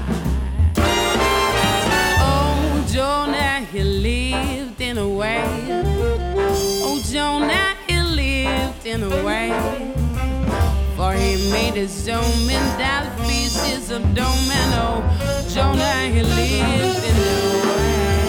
Jonah, he lived in a way. Oh, Jonah, he lived in a way. For he made his own and that pieces of domino. Jonah, he lived in a way.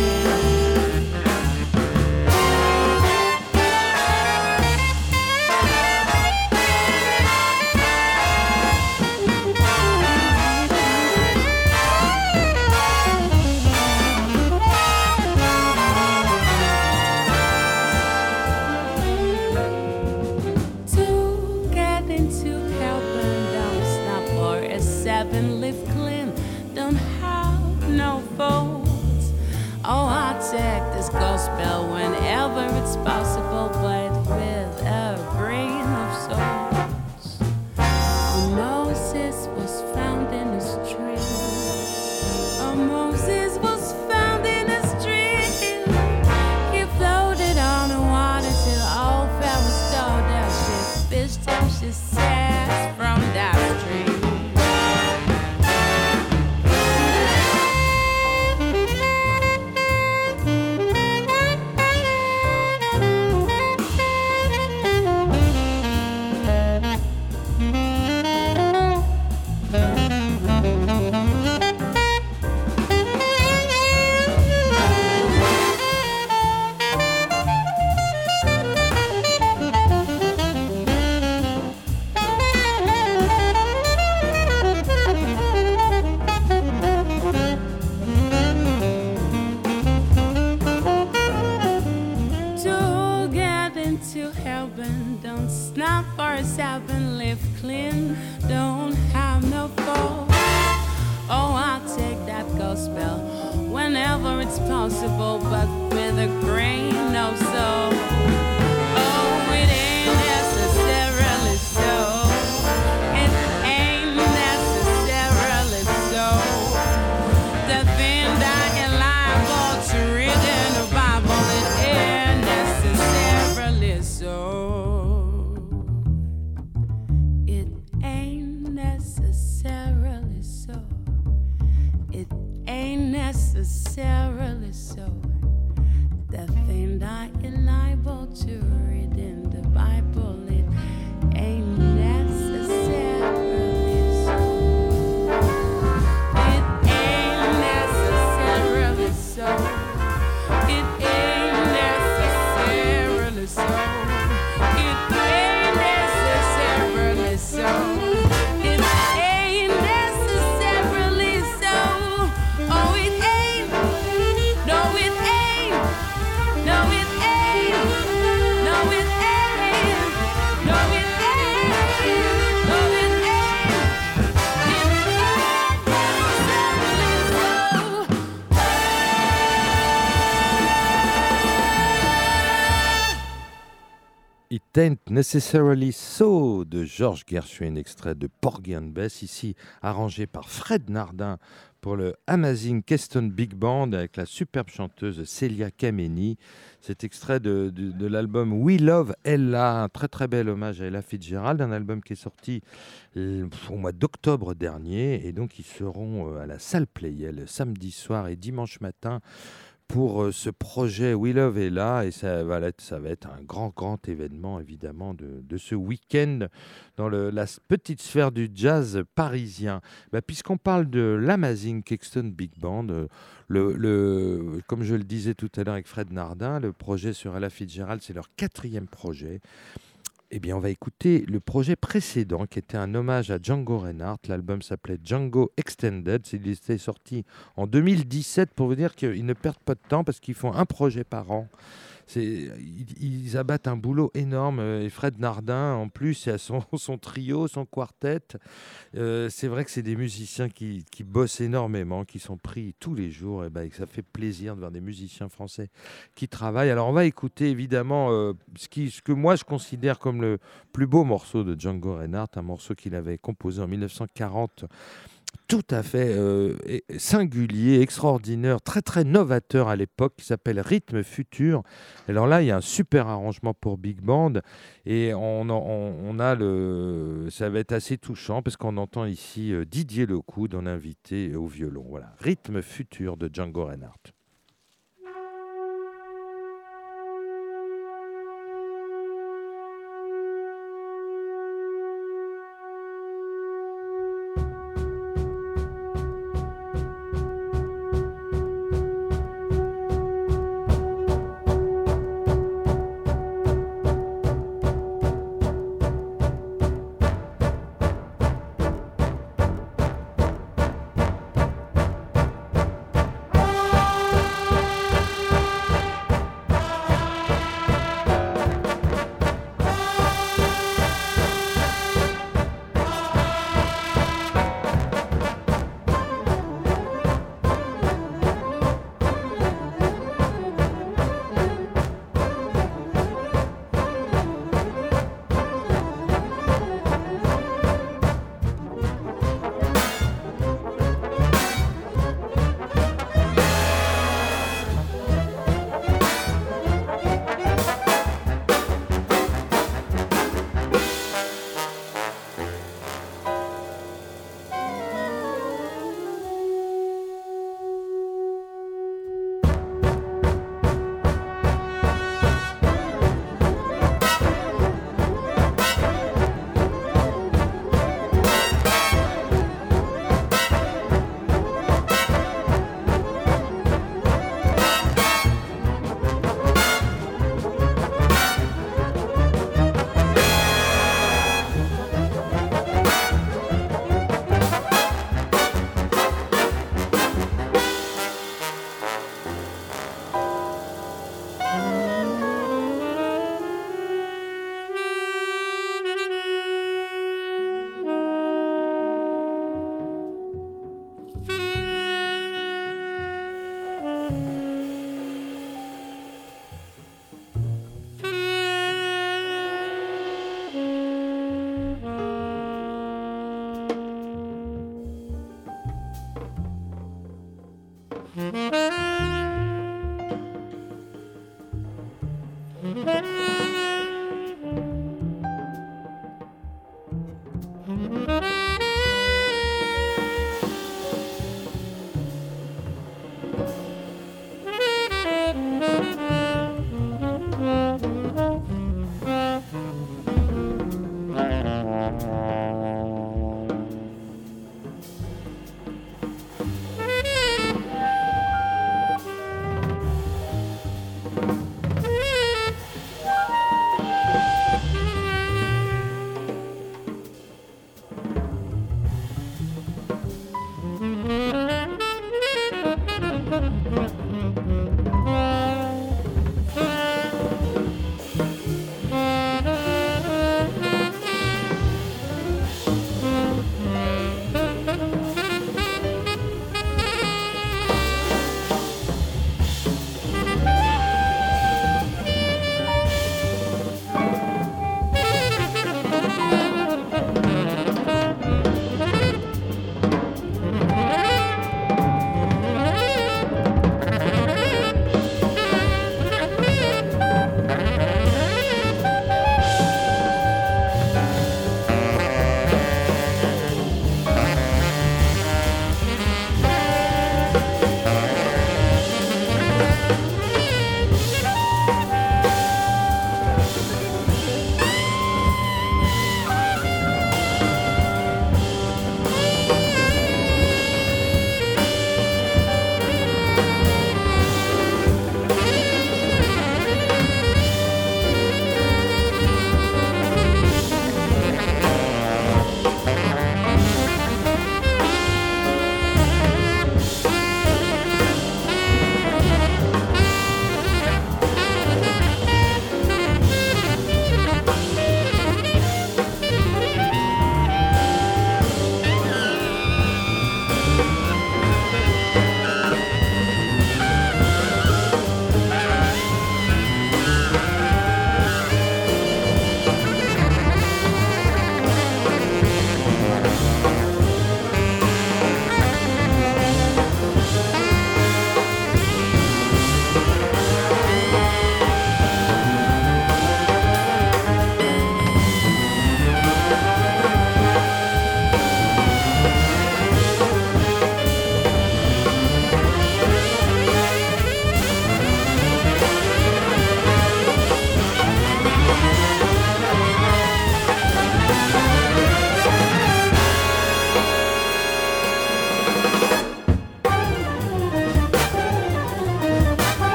Gospel whenever it's possible, but with a grain of salt. Oh, Moses was found in a stream. Oh, Moses was found in a stream. He floated on the water till all Pharaoh's daughter she fished till she sat from that stream. will spell whenever it's possible, but with a grain of salt. Oh, it ain't necessarily so. It ain't necessarily so. The thing that you're liable to read in the Bible, it ain't necessarily so. It ain't necessarily so. It ain't necessarily so. The thing that you're liable to read in the Bible, it ain't necessarily so. It ain't necessarily so. It ain't necessarily so. It ain't necessarily so. It ain't necessarily so. Oh, it ain't. No, it ain't. No, it ain't. No, it ain't. No, it ain't. No, it ain't. It It Ain't Necessarily So de George Gershwin, extrait de Porgy and Bess, ici arrangé par Fred Nardin pour le Amazing Keystone Big Band avec la superbe chanteuse Celia Kameni. Cet extrait de l'album We Love Ella, un très très bel hommage à Ella Fitzgerald, un album qui est sorti au mois d'octobre dernier, et donc ils seront à la salle Playel samedi soir et dimanche matin pour ce projet We Love Ella, et ça va être un grand événement évidemment de ce week-end dans la petite sphère du jazz parisien. Puisqu'on parle de l'Amazing Keystone Big Band, comme je le disais tout à l'heure avec Fred Nardin, le projet sur Ella Fitzgerald, c'est leur 4e projet. Eh bien, on va écouter le projet précédent qui était un hommage à Django Reinhardt. L'album s'appelait Django Extended. Il était sorti en 2017 pour vous dire qu'ils ne perdent pas de temps parce qu'ils font un projet par an. Ils abattent un boulot énorme. Et Fred Nardin, en plus, il a son trio, son quartet. C'est vrai que c'est des musiciens qui bossent énormément, qui sont pris tous les jours. Et ça fait plaisir de voir des musiciens français qui travaillent. Alors, on va écouter évidemment ce que moi je considère comme le plus beau morceau de Django Reinhardt, un morceau qu'il avait composé en 1940. Tout à fait singulier, extraordinaire, très très novateur à l'époque, qui s'appelle Rythme Futur. Alors là, il y a un super arrangement pour Big Band, et ça va être assez touchant parce qu'on entend ici Didier Lecoud en invité au violon. Voilà, Rythme Futur de Django Reinhardt.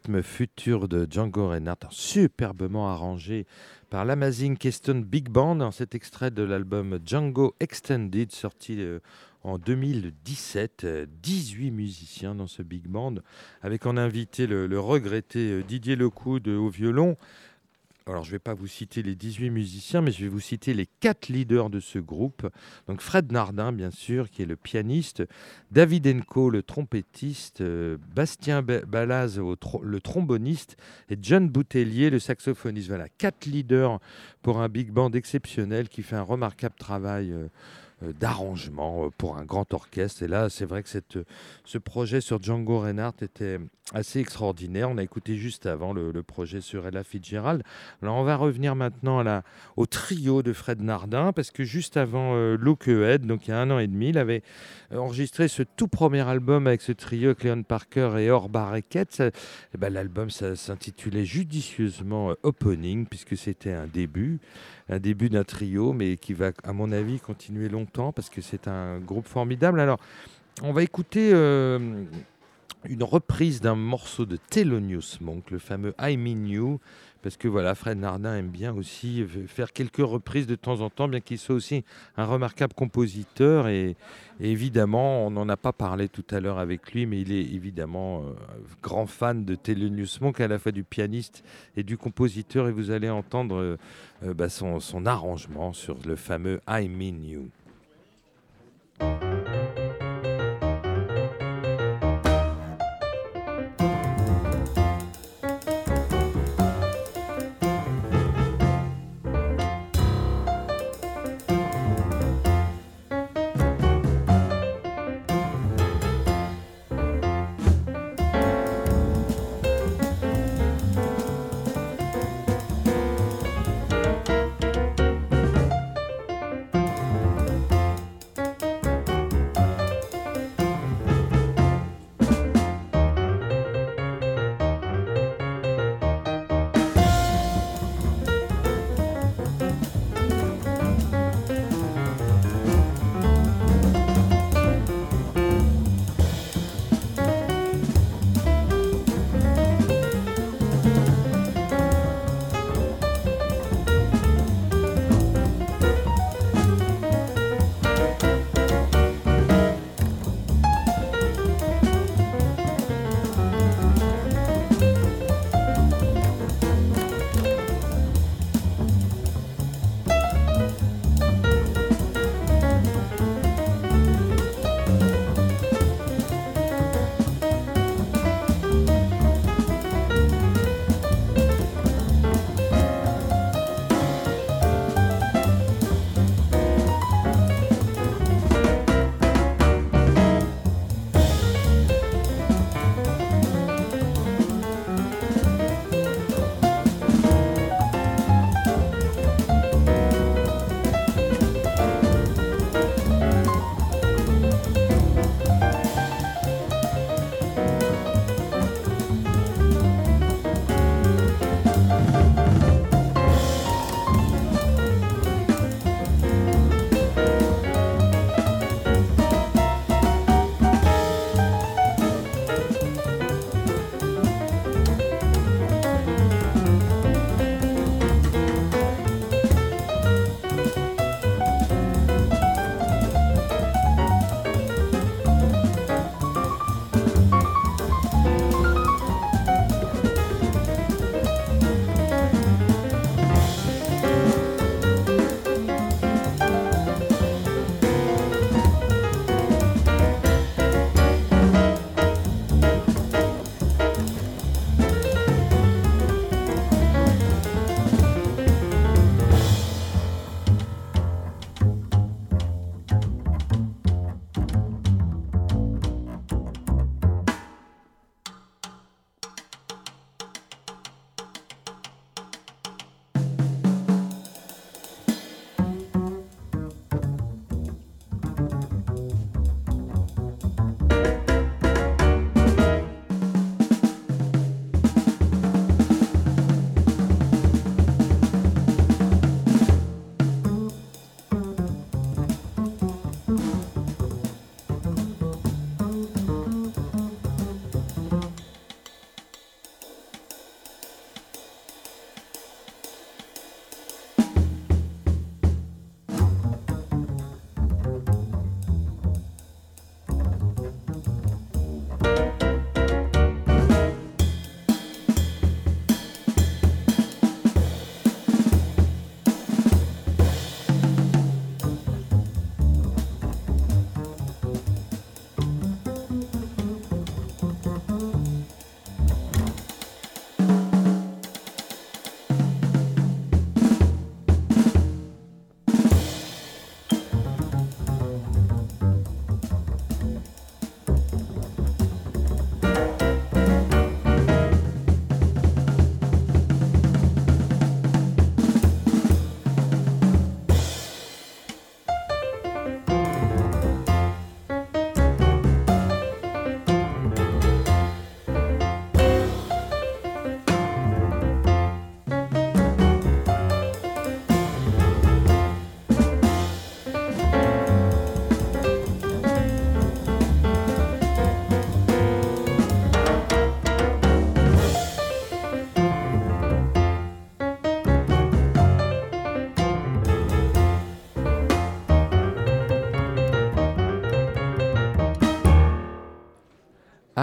rythme futur de Django Reinhardt, superbement arrangé par l'Amazing Keystone Big Band. Cet extrait de l'album Django Extended, sorti en 2017. 18 musiciens dans ce big band, avec en invité le regretté Didier Lecoud au violon. Alors, je ne vais pas vous citer les 18 musiciens, mais je vais vous citer les 4 leaders de ce groupe. Donc, Fred Nardin, bien sûr, qui est le pianiste, David Enco, le trompettiste, Bastien Balaz, le tromboniste, et John Boutellier, le saxophoniste. Voilà, 4 leaders pour un big band exceptionnel qui fait un remarquable travail d'arrangement pour un grand orchestre. Et là, c'est vrai que ce projet sur Django Reinhardt était assez extraordinaire. On a écouté juste avant le projet sur Ella Fitzgerald. Alors, on va revenir maintenant au trio de Fred Nardin, parce que juste avant Look Ahead, donc il y a 1 an et demi, il avait enregistré ce tout premier album avec ce trio, avec Leon Parker et Or Barreket. L'album s'intitulait judicieusement Opening, puisque c'était un début d'un trio, mais qui va, à mon avis, continuer longtemps, parce que c'est un groupe formidable. Alors, on va écouter une reprise d'un morceau de Thelonious Monk, le fameux I Mean You, parce que voilà, Fred Nardin aime bien aussi faire quelques reprises de temps en temps, bien qu'il soit aussi un remarquable compositeur. Et évidemment, on n'en a pas parlé tout à l'heure avec lui, mais il est évidemment grand fan de Thelonious Monk, à la fois du pianiste et du compositeur. Et vous allez entendre son arrangement sur le fameux I Mean You.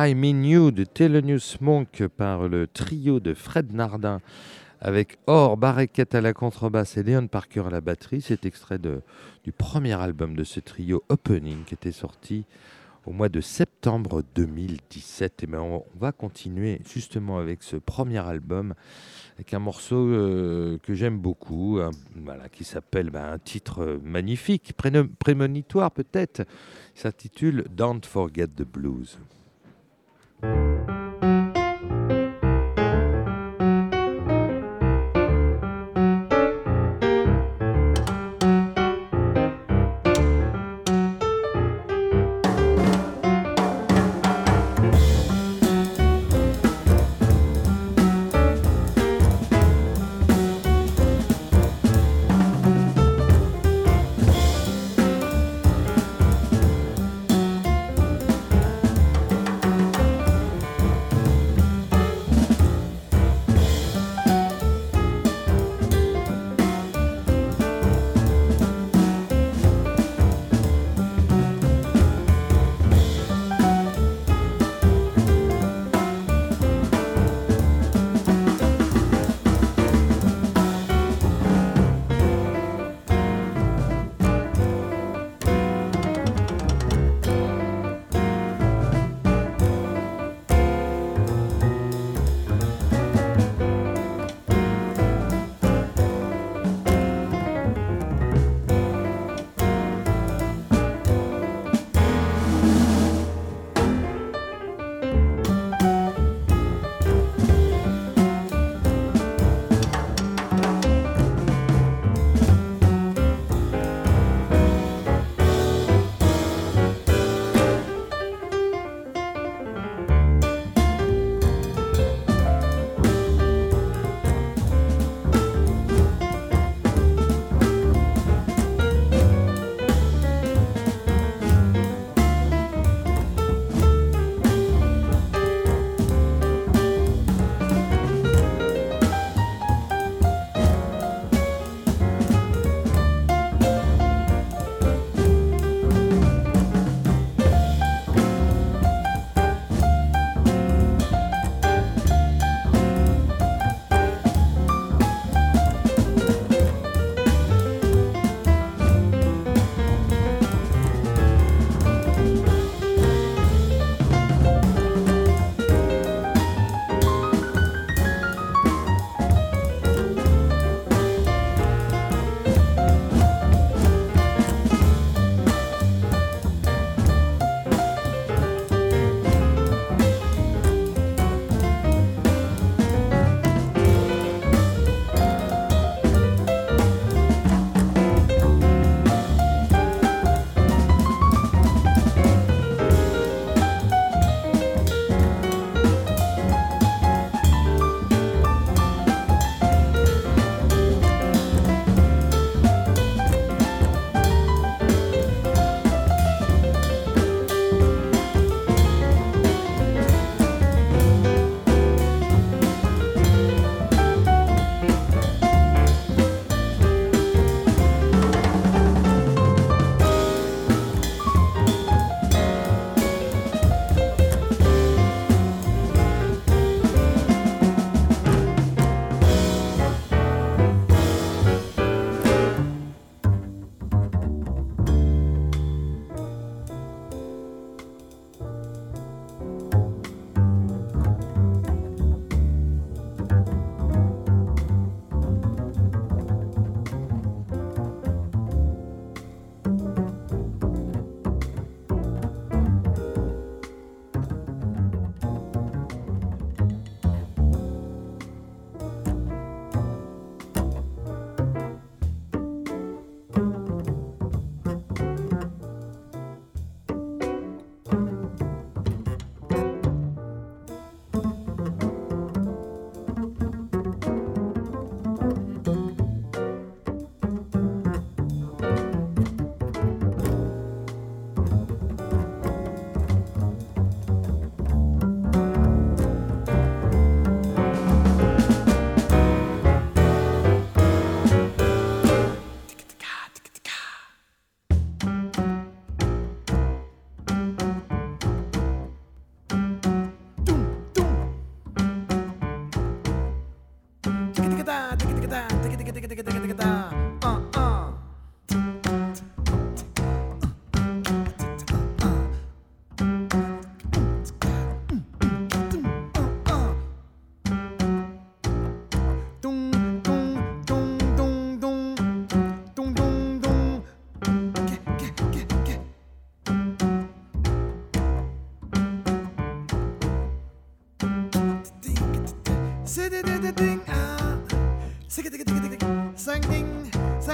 I Mean You de Thelonious Monk par le trio de Fred Nardin avec Or Barreket à la contrebasse et Leon Parker à la batterie. C'est extrait du premier album de ce trio, Opening, qui était sorti au mois de septembre 2017. Et bien on va continuer justement avec ce premier album, avec un morceau que j'aime beaucoup, qui s'appelle un titre magnifique, prémonitoire peut-être. Il s'intitule Don't Forget the Blues.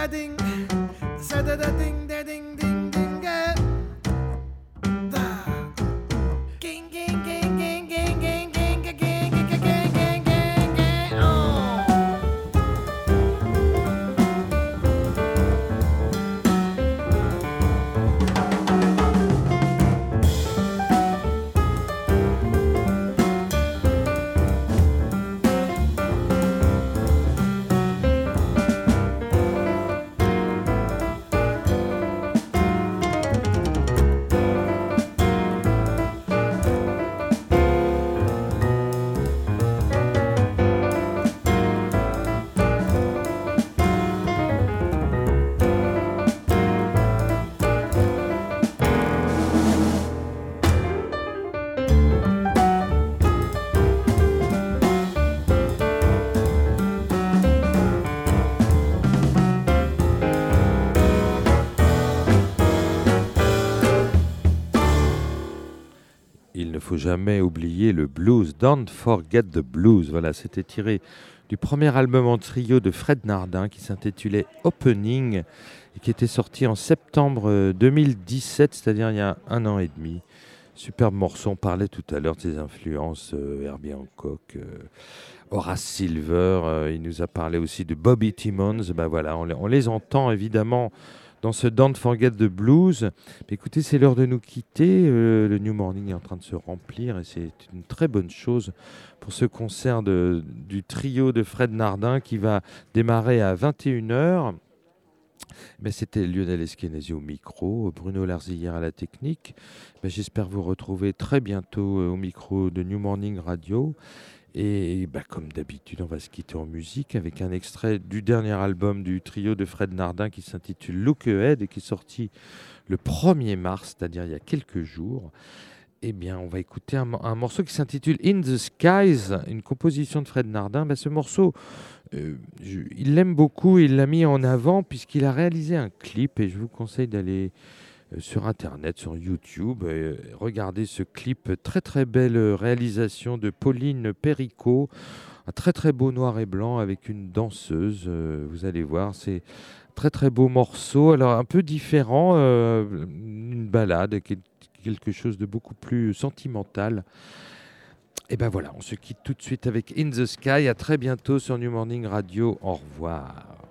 da ding, sa da da ding da ding ding ding da. Ging ging ging ging ging ging ging ging ging ging ging ging. Oh. Il ne faut jamais oublier le blues. Don't forget the blues. Voilà, c'était tiré du premier album en trio de Fred Nardin qui s'intitulait Opening et qui était sorti en septembre 2017, c'est-à-dire il y a 1 an et demi. Superbe morceau, on parlait tout à l'heure de ses influences, Herbie Hancock, Horace Silver, il nous a parlé aussi de Bobby Timmons. Ben voilà, on les entend évidemment dans ce Don't Forget the Blues. Mais écoutez, c'est l'heure de nous quitter. Le New Morning est en train de se remplir et c'est une très bonne chose pour ce concert du trio de Fred Nardin qui va démarrer à 21h. Ben, c'était Lionel Eskenazi au micro, Bruno Larzillière à la technique. Ben, j'espère vous retrouver très bientôt au micro de New Morning Radio. Et bah, comme d'habitude, on va se quitter en musique avec un extrait du dernier album du trio de Fred Nardin qui s'intitule Look Ahead et qui est sorti le 1er mars, c'est-à-dire il y a quelques jours. Eh bien, on va écouter un morceau qui s'intitule In the Skies, une composition de Fred Nardin. Bah, ce morceau, il l'aime beaucoup, il l'a mis en avant puisqu'il a réalisé un clip et je vous conseille d'aller sur Internet, sur YouTube. Regardez ce clip, très très belle réalisation de Pauline Perricot, un très très beau noir et blanc avec une danseuse, vous allez voir, c'est très très beau morceau, alors un peu différent, une ballade, quelque chose de beaucoup plus sentimental. Et ben voilà, on se quitte tout de suite avec In the Sky, à très bientôt sur New Morning Radio, au revoir.